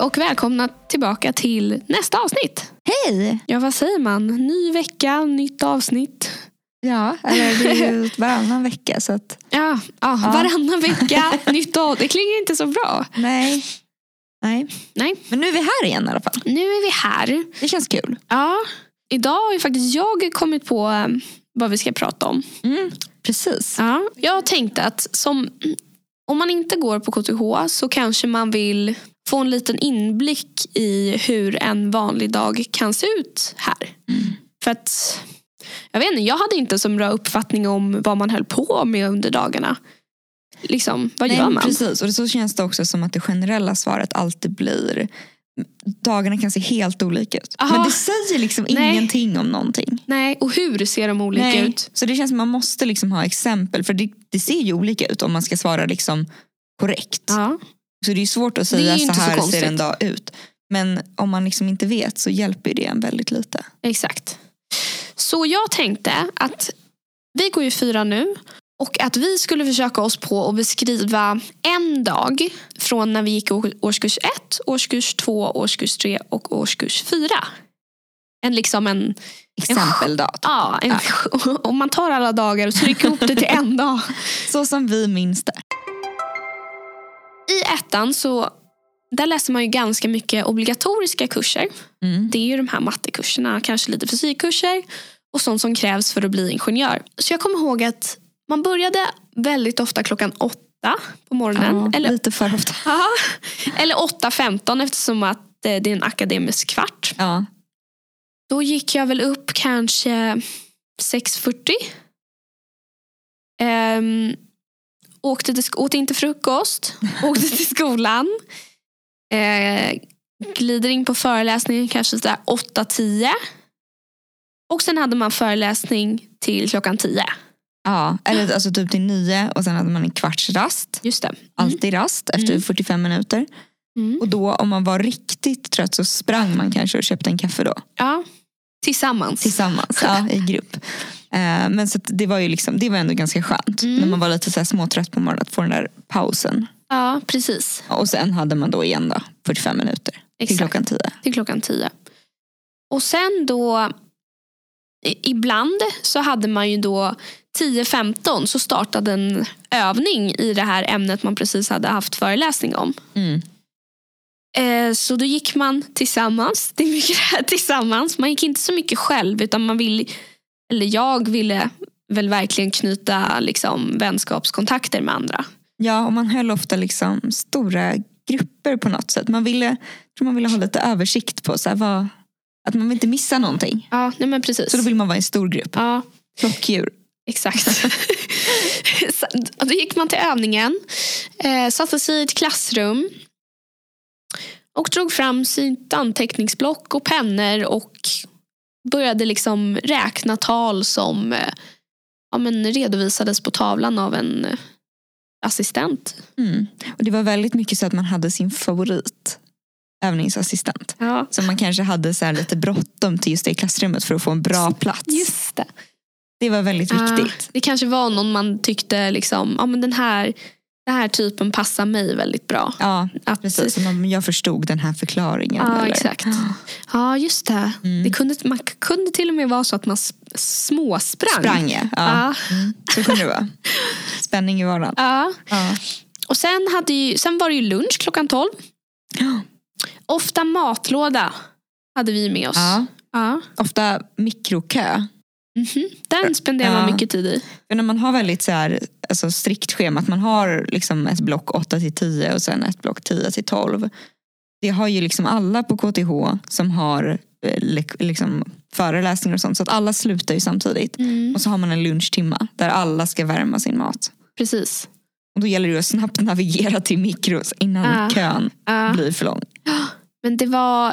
och välkomna tillbaka till nästa avsnitt. Hej! Ja, vad säger man? Ny vecka, nytt avsnitt. Ja, eller det är ju varannan vecka så att... Ja, varannan vecka, nytt avsnitt. Det klingar inte så bra. Nej. Men nu är vi här igen i alla fall. Nu är vi här. Det känns kul. Ja, idag har ju faktiskt jag kommit på vad vi ska prata om. Precis. Ja, jag tänkte att om man inte går på KTH så kanske man vill få en liten inblick i hur en vanlig dag kan se ut här. För att, jag vet inte, jag hade inte så bra uppfattning om vad man höll på med under dagarna. Liksom, vad gör man? Precis, och så känns det också som att det generella svaret alltid blir dagarna kan se helt olika ut. Aha. Men det säger liksom ingenting om någonting. Nej, och hur ser de olika ut? Så det känns som man måste liksom ha exempel. För det ser ju olika ut om man ska svara liksom korrekt. Ja. Så det är svårt att säga så här ser en dag ut. Men om man liksom inte vet så hjälper det en väldigt lite. Exakt. Så jag tänkte att vi går ju 4 nu. Och att vi skulle försöka oss på att beskriva en dag från när vi gick årskurs 1, årskurs 2, årskurs 3 och årskurs 4. En exempeldag. Om man tar alla dagar och trycker ihop det till en dag. Så som vi minns det. I 1:an så där läser man ju ganska mycket obligatoriska kurser. Det är ju de här mattekurserna, kanske lite fysikkurser och sånt som krävs för att bli ingenjör. Så jag kommer ihåg att man började väldigt ofta klockan 8 på morgonen. Ja, lite för ofta. Eller 8:15 eftersom att det är en akademisk kvart. Ja. Då gick jag väl upp kanske 6:40. Åt inte frukost. Åkte till skolan. Glider in på föreläsningen kanske där 8:10. Och sen hade man föreläsning till klockan 10. Ja, eller alltså typ till 9 och sen hade man en kvarts rast. Just det. Alltid rast efter 45 minuter. Och då om man var riktigt trött så sprang man kanske och köpte en kaffe då. Ja, tillsammans, ja, i grupp. Men så det var ju liksom, det var ändå ganska skönt. När man var lite så här småtrött på morgonen att få den där pausen. Ja, precis. Och sen hade man då igen då 45 minuter. Exakt. Till klockan 10. Till klockan 10. Och sen då ibland så hade man ju då 10:15 så startade en övning i det här ämnet man precis hade haft föreläsning om. Så då gick man tillsammans. Det är mycket det här tillsammans. Man gick inte så mycket själv utan jag ville väl verkligen knyta liksom vänskapskontakter med andra. Ja, och man höll ofta liksom stora grupper på något sätt. Man ville ha lite översikt på så här, att man vill inte missa någonting. Ja, nej men precis. Så då vill man vara i en stor grupp. Ja. Flockdjur. Exakt. Då gick man till övningen. Satte sig i ett klassrum. Och drog fram sitt anteckningsblock och pennor. Och började liksom räkna tal som redovisades på tavlan av en assistent. Och det var väldigt mycket så att man hade sin favorit övningsassistent. Ja. Så man kanske hade så här lite bråttom till just det klassrummet för att få en bra plats. Just det. Det var väldigt viktigt. Det kanske var någon man tyckte liksom, men den här typen passar mig väldigt bra. Ja, precis. Jag förstod den här förklaringen. Ja, eller? Exakt. Ja, just det. Man kunde till och med vara så att man småsprang. Ja. Så kunde det vara. Spänning i vardagen. Ja. Och sen var det ju lunch klockan 12. Ofta matlåda hade vi med oss. Ja. Ofta mikrokö. Den spenderar man mycket tid i. För när man har väldigt så här, alltså strikt schema, att man har liksom ett block 8-10 och sen ett block 10-12. Det har ju liksom alla på KTH som har liksom föreläsningar och sånt, så att alla slutar ju samtidigt. Och så har man en lunchtimma där alla ska värma sin mat. Precis. Och då gäller det att snabbt navigera till mikros innan kön blir för lång. Men det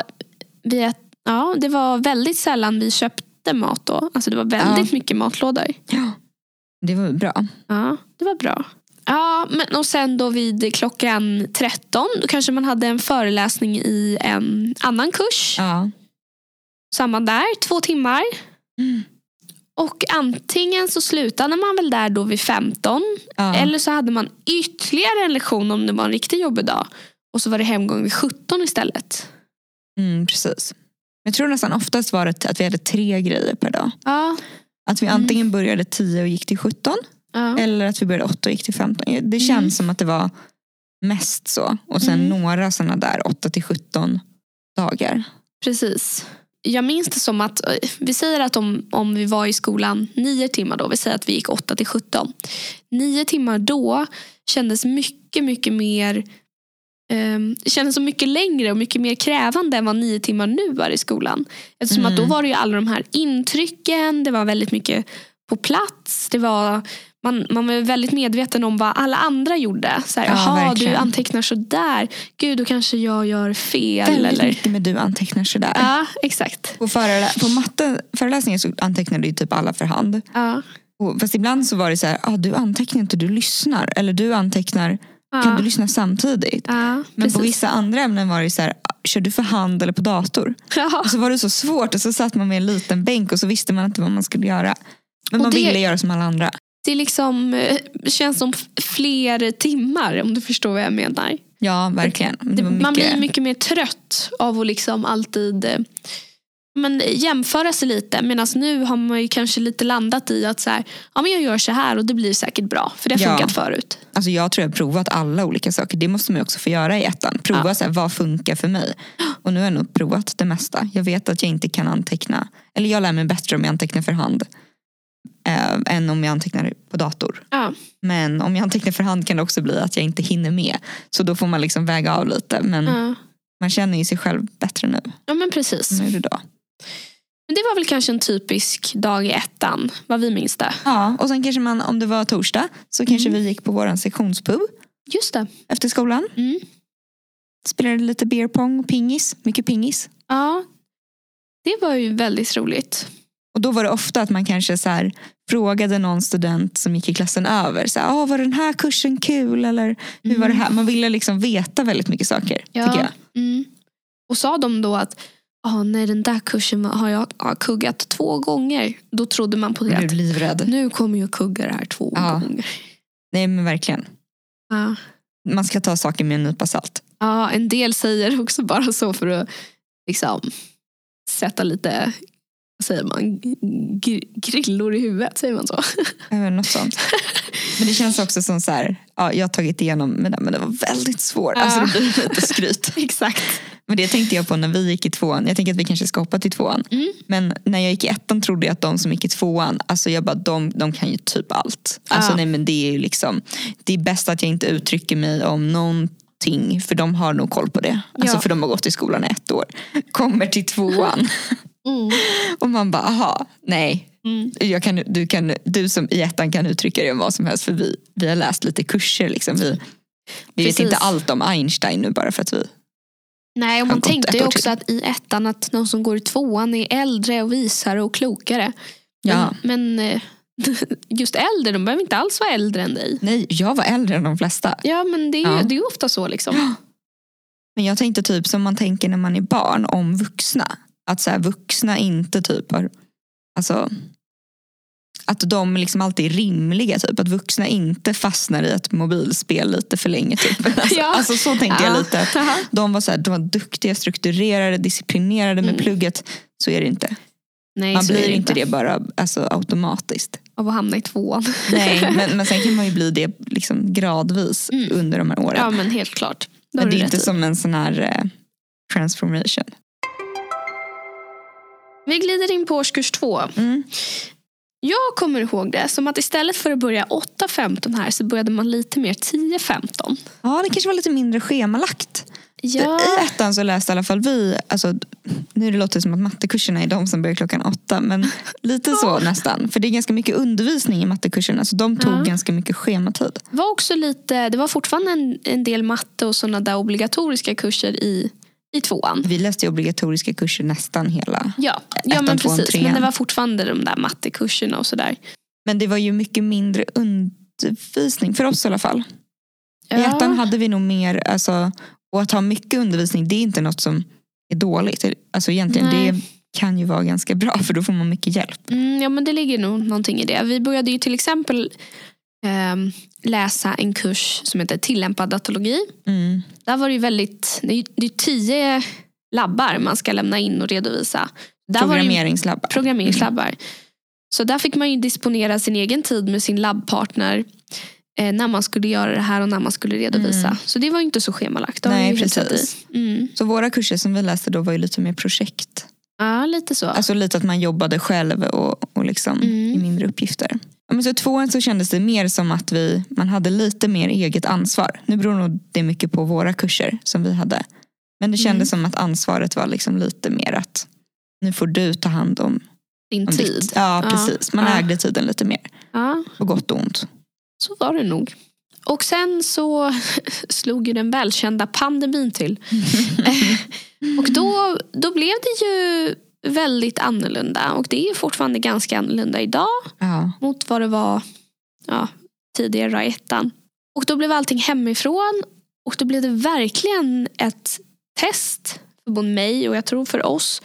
var väldigt sällan vi köpte mat då. Alltså det var väldigt mycket matlådor. Ja, det var bra. Ja, det var bra. Ja, men och sen då vid klockan 13 då kanske man hade en föreläsning i en annan kurs. Ja. Samma där, 2 timmar. Och antingen så slutade man väl där då vid 15. Eller så hade man ytterligare en lektion om det var en riktigt jobbig dag. Och så var det hemgång vid 17 istället. Precis. Jag tror nästan oftast var det att vi hade 3 grejer per dag. Ja. Att vi antingen började 10 och gick till 17. Ja. Eller att vi började 8 och gick till 15. Det känns som att det var mest så. Och sen några sådana där 8 till 17 dagar. Precis. Jag minns det som att vi säger att om vi var i skolan 9 timmar då. Vi säger att vi gick 8 till 17. 9 timmar då kändes mycket, mycket mer... Det kändes så mycket längre och mycket mer krävande än vad 9 timmar nu är i skolan. Eftersom att då var det ju alla de här intrycken. Det var väldigt mycket på plats. Det var... Man var väldigt medveten om vad alla andra gjorde. Så här, jaha, du antecknar så där. Gud, då kanske jag gör fel. Väldigt mycket med du antecknar så där. Ja, exakt. På matteföreläsningen så antecknade ju typ alla för hand. Ja. Fast ibland så var det så här, du antecknar inte, du lyssnar. Eller du antecknar, kan du lyssna samtidigt? Ja, men på vissa andra ämnen var det så här, kör du för hand eller på dator? Ja. Och så var det så svårt och så satt man med en liten bänk och så visste man inte vad man skulle göra. Men man ville göra som alla andra. Det är liksom, känns som fler timmar, om du förstår vad jag menar. Ja, verkligen. Man blir mycket mer trött av att liksom alltid jämföra sig lite. Medan nu har man ju kanske lite landat i att så här, men jag gör så här och det blir säkert bra. För det har funkat förut. Alltså jag tror jag har provat alla olika saker. Det måste man också få göra i ettan. Prova så här, vad funkar för mig. Och nu har jag nog provat det mesta. Jag vet att jag inte kan anteckna. Eller jag lär mig bättre om jag antecknar för hand. Än om jag antecknar på dator. Ja. Men om jag antecknar för hand kan det också bli att jag inte hinner med. Så då får man liksom väga av lite. Men man känner ju sig själv bättre nu. Ja, men precis. Nu är det då. Men det var väl kanske en typisk dag i ettan, vad vi minns det. Ja, och sen kanske man, om det var torsdag, så kanske vi gick på våran sektionspub. Just det. Efter skolan. Spelade lite beer pong och pingis. Mycket pingis. Ja, det var ju väldigt roligt. Och då var det ofta att man kanske så här frågade någon student som gick i klassen över. Så här, var den här kursen kul? Eller hur var det här? Man ville liksom veta väldigt mycket saker, tycker jag. Och sa de då att nej, den där kursen har jag kuggat 2 gånger. Då trodde man på det. Jag blev livrädd. Nu kommer jag kugga det här 2 gånger. Nej, men verkligen. Ja. Man ska ta saker med en nypa salt. Ja, en del säger också bara så för att liksom sätta lite, vad säger man, grillor i huvudet, säger man så? Något sånt. Men det känns också som så här, jag har tagit igenom men det var väldigt svårt. Alltså det blir lite skryt. Exakt. Men det tänkte jag på när vi gick i 2:an. Jag tänker att vi kanske ska hoppa till 2:an. Men när jag gick i 1:an trodde jag att de som gick i 2:an, alltså jag bara, de kan ju typ allt. Alltså nej, men det är ju liksom, det är bäst att jag inte uttrycker mig om någonting, för de har nog koll på det. Alltså för de har gått i skolan i 1 år. Kommer till 2:an. Och man bara, aha, nej. Du som i 1:an kan uttrycka det om vad som helst, för vi har läst lite kurser liksom. Vi vet inte allt om Einstein nu bara för att vi. Nej, och man tänkte ju också att i 1:an att de som går i 2:an är äldre och visare och klokare. Men just äldre, de behöver inte alls vara äldre än dig. Nej, jag var äldre än de flesta. Ja, men det är ju ofta så liksom. Men jag tänkte typ som man tänker när man är barn om vuxna. Att så här, vuxna inte typ har, alltså att de liksom alltid är rimliga typ. Att vuxna inte fastnar i ett mobilspel lite för länge typ. Alltså så tänkte jag lite. Att de var duktiga, strukturerade, disciplinerade med plugget. Så är det inte. Nej, man blir inte det bara automatiskt. Av att hamna i 2:an. Nej, men sen kan man ju bli det liksom gradvis under de här åren. Ja, men helt klart. Men det är inte som en sån här transformation. Vi glider in på årskurs 2. Jag kommer ihåg det som att istället för att börja 8:15 här så började man lite mer 10:15. Ja, det kanske var lite mindre schemalagt. Ja. I 1:an så läste i alla fall vi, alltså, nu låter det som att mattekurserna är de som börjar klockan 8, men lite så nästan. För det är ganska mycket undervisning i mattekurserna, så de tog ganska mycket schematid. Det var också lite, det var fortfarande en del matte och sådana där obligatoriska kurser i 2:an. Vi läste ju obligatoriska kurser nästan hela. Ja, men precis. Men det var fortfarande de där mattekurserna och sådär. Men det var ju mycket mindre undervisning för oss i alla fall. I 1:an hade vi nog mer, alltså, och att ha mycket undervisning, det är inte något som är dåligt. Alltså egentligen, det kan ju vara ganska bra, för då får man mycket hjälp. Ja, men det ligger nog någonting i det. Vi började ju till exempel läsa en kurs som heter tillämpad datologi. Där var det ju det är 10 labbar man ska lämna in och redovisa. Programmeringslabbar. Så där fick man ju disponera sin egen tid med sin labbpartner när man skulle göra det här och när man skulle redovisa. Så det var ju inte så schemalagt. Nej, precis. Så våra kurser som vi läste då var ju lite mer projekt. Ja, lite så. Alltså lite att man jobbade själv och liksom i mindre uppgifter. Men så 2:an så kändes det mer som att man hade lite mer eget ansvar. Nu beror nog det mycket på våra kurser som vi hade. Men det kändes som att ansvaret var liksom lite mer att nu får du ta hand om din tid. Ja, precis. Man ägde tiden lite mer. Ja. På gott och ont. Så var det nog. Och sen så slog ju den välkända pandemin till. Och då blev det ju väldigt annorlunda. Och det är fortfarande ganska annorlunda idag mot vad det var tidigare i 1:an. Och då blev allting hemifrån. Och då blev det verkligen ett test för både mig och jag tror för oss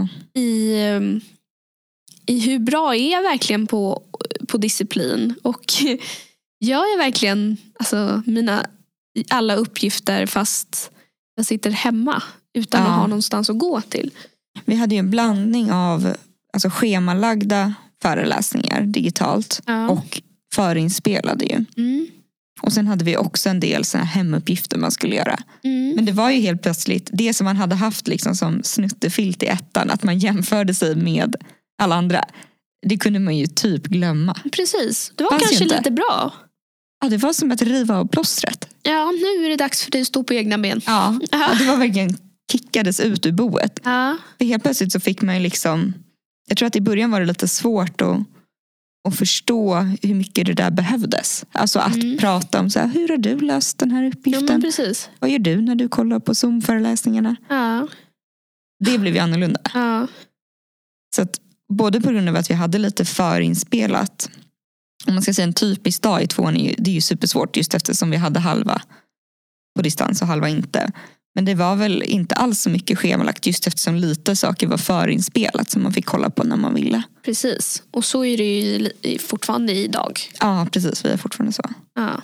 i hur bra är jag verkligen på disciplin. Och gör jag verkligen mina alla uppgifter fast jag sitter hemma utan att ha någonstans att gå till. Vi hade ju en blandning av schemalagda föreläsningar digitalt och förinspelade ju. Och sen hade vi också en del såna hemuppgifter man skulle göra. Men det var ju helt plötsligt det som man hade haft liksom som snuttefilt i 1:an, att man jämförde sig med alla andra. Det kunde man ju typ glömma. Precis, det var kanske lite bra. Ja, det var som att riva av plåstret. Ja, nu är det dags för dig att stå på egna ben. Ja, det var verkligen kickades ut ur boet. För helt plötsligt så fick man ju liksom, jag tror att i början var det lite svårt att förstå hur mycket det där behövdes. Alltså att prata om så här, hur har du löst den här uppgiften? Ja, men precis. Vad gör du när du kollar på Zoom-föreläsningarna? Ja. Det blev ju annorlunda. Ja. Så att både på grund av att vi hade lite förinspelat, om man ska säga en typisk dag i 2:an, det är ju supersvårt just eftersom vi hade halva på distans och halva inte. Men det var väl inte alls så mycket schemalagt just eftersom lite saker var förinspelat som man fick kolla på när man ville. Precis, och så är det ju fortfarande idag. Ja, precis, vi är fortfarande så. Ja,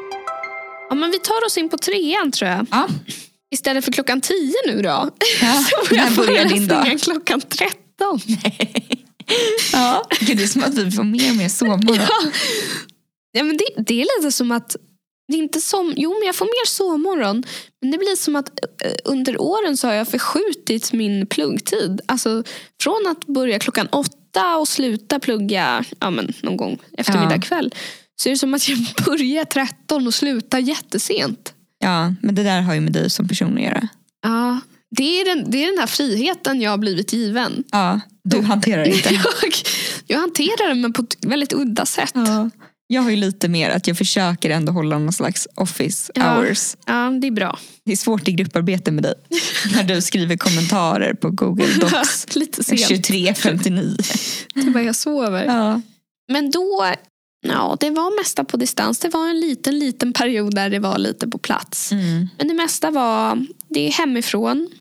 men vi tar oss in på 3:an tror jag. Ja. Istället för klockan 10 nu då. Ja, när börjar din dag? Klockan 13. Nej. Ja, det är som att vi får mer och mer sovmorgon. Ja, men det är lite som att det är inte som, men jag får mer sovmorgon. Men det blir som att under åren så har jag förskjutit min pluggtid. Alltså från att börja klockan 8 och sluta plugga någon gång eftermiddag kväll. Så är det som att jag börjar 13 och slutar jättesent. Ja, men det där har ju med dig som person att göra. Ja, det är den här friheten jag har blivit given. Ja, du hanterar det inte. Jag hanterar det men på ett väldigt udda sätt. Ja. Jag har ju lite mer att jag försöker ändå hålla någon slags office hours. Ja, det är bra. Det är svårt i grupparbete med dig. När du skriver kommentarer på Google Docs. Lite sent. 23:59. Det var jag sover. Ja. Men då, det var mesta på distans. Det var en liten period där det var lite på plats. Men det mesta var det hemifrån.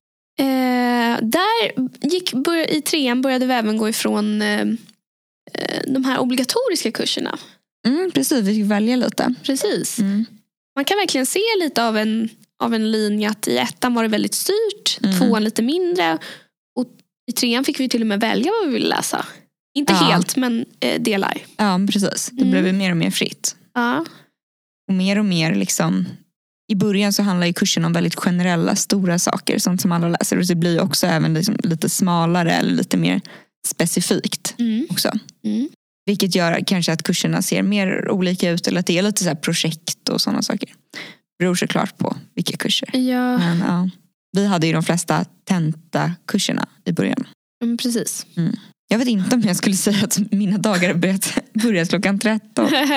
I 3:an började vi även gå ifrån de här obligatoriska kurserna. Precis, vi fick välja lite. Precis. Man kan verkligen se lite av en linje att i 1:an var det väldigt styrt, 2:an lite mindre och i 3:an fick vi till och med välja vad vi ville läsa. Inte helt, men delar. Ja, precis. Det blev mer och mer fritt. Ja. Och mer liksom, i början så handlar ju kursen om väldigt generella, stora saker, sånt som alla läser. Och det blir också även liksom lite smalare eller lite mer specifikt också. Vilket gör kanske att kurserna ser mer olika ut eller att det är lite så här projekt och sådana saker. Det beror såklart på vilka kurser. Ja. Men vi hade ju de flesta tentakurserna i början. Precis. Jag vet inte om jag skulle säga att mina dagar börjar klockan 13. Jag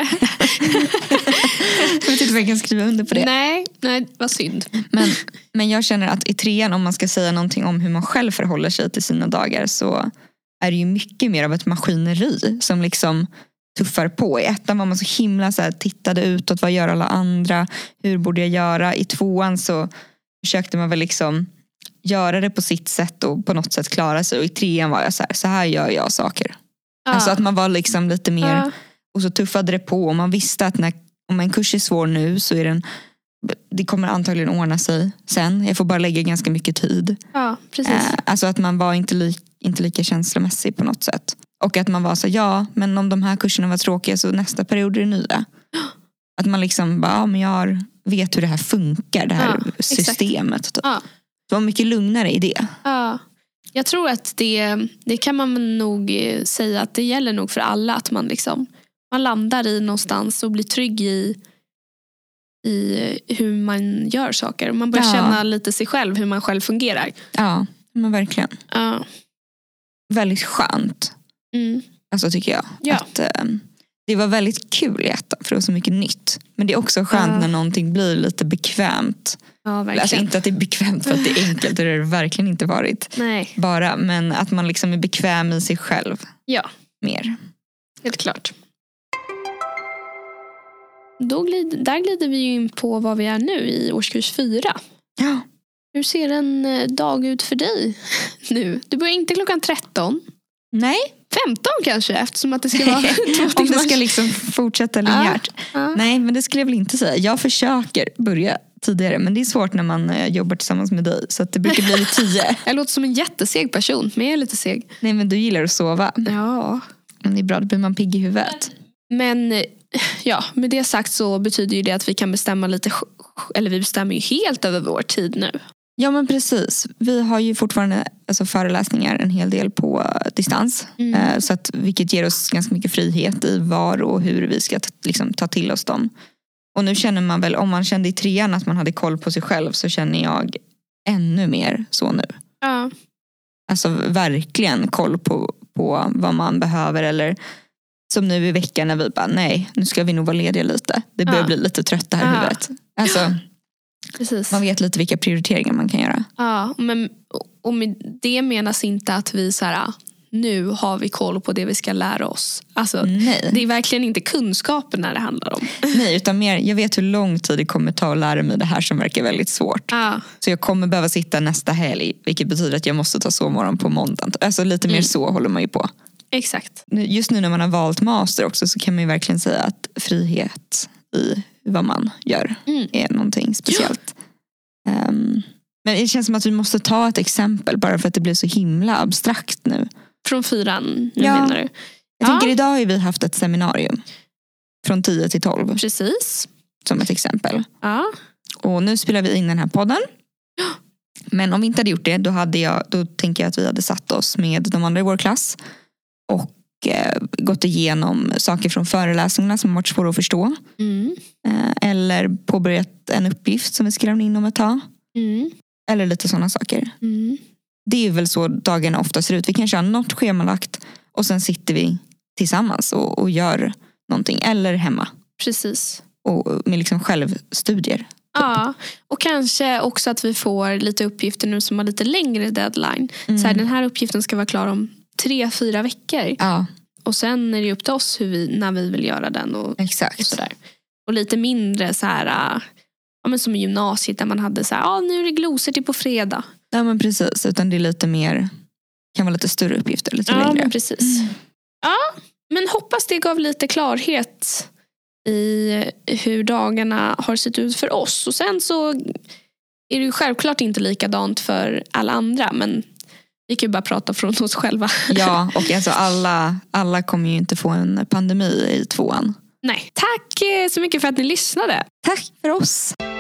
vet inte om jag kan skriva under på det. Nej, vad synd. Men jag känner att i 3:an, om man ska säga någonting om hur man själv förhåller sig till sina dagar, så är det ju mycket mer av ett maskineri som liksom tuffar på. I 1:an var man så himla så här, tittade utåt, vad gör alla andra? Hur borde jag göra? I 2:an så försökte man väl liksom göra det på sitt sätt och på något sätt klara sig. Och i 3:an var jag så här gör jag saker. Alltså att man var liksom lite mer Och så tuffade det på och man visste att om en kurs är svår nu så är det kommer antagligen ordna sig sen. Jag får bara lägga ganska mycket tid. Ja, precis. Alltså att man var inte lika känslomässig på något sätt. Och att man var så, ja, men om de här kurserna var tråkiga så nästa period är det nya. Att man liksom bara, men jag vet hur det här funkar, det här systemet. Typ. Ja. Det var mycket lugnare i det. Ja. Jag tror att det kan man nog säga att det gäller nog för alla. Att man landar i någonstans och blir trygg i hur man gör saker. Man börjar känna lite sig själv, hur man själv fungerar. Ja, men verkligen. Ja. Väldigt skönt. Alltså tycker jag. Ja. Att, det var väldigt kul i ettan för det var så mycket nytt. Men det är också skönt när någonting blir lite bekvämt. Ja, verkligen. Alltså inte att det är bekvämt för att det är enkelt. Det har det verkligen inte varit. Nej. Bara, men att man liksom är bekväm i sig själv. Ja. Mer. Helt klart. Där glider vi ju in på vad vi är nu i årskurs 4. Ja. Hur ser en dag ut för dig nu? Du börjar inte klockan 13. Nej. 15 kanske, eftersom att det ska vara 2 timmar. Om det ska liksom fortsätta linjärt. Ja. Nej, men det skulle jag väl inte säga. Jag försöker börja tidigare, men det är svårt när man jobbar tillsammans med dig. Så att det brukar bli 10. Jag låter som en jätteseg person, men jag är lite seg. Nej, men du gillar att sova. Ja. Men det är bra, då blir man pigg i huvudet. Men ja, med det sagt så betyder ju det att vi kan bestämma lite, eller vi bestämmer ju helt över vår tid nu. Ja, men precis. Vi har ju fortfarande föreläsningar en hel del på distans. Så att, vilket ger oss ganska mycket frihet i var och hur vi ska ta till oss dem. Och nu känner man väl, om man kände i 3:an att man hade koll på sig själv, så känner jag ännu mer så nu. Ja. Alltså verkligen koll på vad man behöver. Eller som nu i veckan när vi bara, nej, nu ska vi nog vara lediga lite. Det börjar bli lite trötta här i huvudet. Alltså, precis. Man vet lite vilka prioriteringar man kan göra. Ja, men och med det menas inte att vi så här, nu har vi koll på det vi ska lära oss. Alltså, det är verkligen inte kunskapen när det handlar om. Nej, utan mer, jag vet hur lång tid det kommer ta att lära mig det här som verkar väldigt svårt. Ja. Så jag kommer behöva sitta nästa helg, vilket betyder att jag måste ta sovmorgon på måndagen. Alltså lite mer så håller man ju på. Exakt. Just nu när man har valt master också, så kan man ju verkligen säga att frihet i vad man gör är någonting speciellt. Men det känns som att vi måste ta ett exempel, bara för att det blir så himla abstrakt nu. Från 4:an, menar du? Jag tänker idag har vi haft ett seminarium från 10 till 12. Precis. Som ett exempel. Ja. Och nu spelar vi in den här podden. Men om vi inte hade gjort det, då tänker jag att vi hade satt oss med de andra i vår klass och gått igenom saker från föreläsningarna som har varit svåra att förstå. Eller påbörjat en uppgift som vi ska lämna in om ett tag. Eller lite sådana saker. Det är väl så dagarna ofta ser ut. Vi kanske har något schemalagt och sen sitter vi tillsammans och gör någonting. Eller hemma. Precis. Och med liksom självstudier. Ja, och kanske också att vi får lite uppgifter nu som har lite längre deadline. Så här, den här uppgiften ska vara klar om 3-4 veckor. Ja. Och sen är det upp till oss när vi vill göra den. Exakt. Och sådär. Och lite mindre så här, men som i gymnasiet där man hade så här, nu är det glosor till på fredag. Ja, men precis. Utan det är lite mer, kan vara lite större uppgifter, lite längre. Ja, men precis. Ja, men hoppas det gav lite klarhet i hur dagarna har sett ut för oss. Och sen så är det ju självklart inte likadant för alla andra, men vi kan ju bara prata från oss själva. Ja, och alltså alla kommer ju inte få en pandemi i 2:an. Nej, tack så mycket för att ni lyssnade. Tack för oss.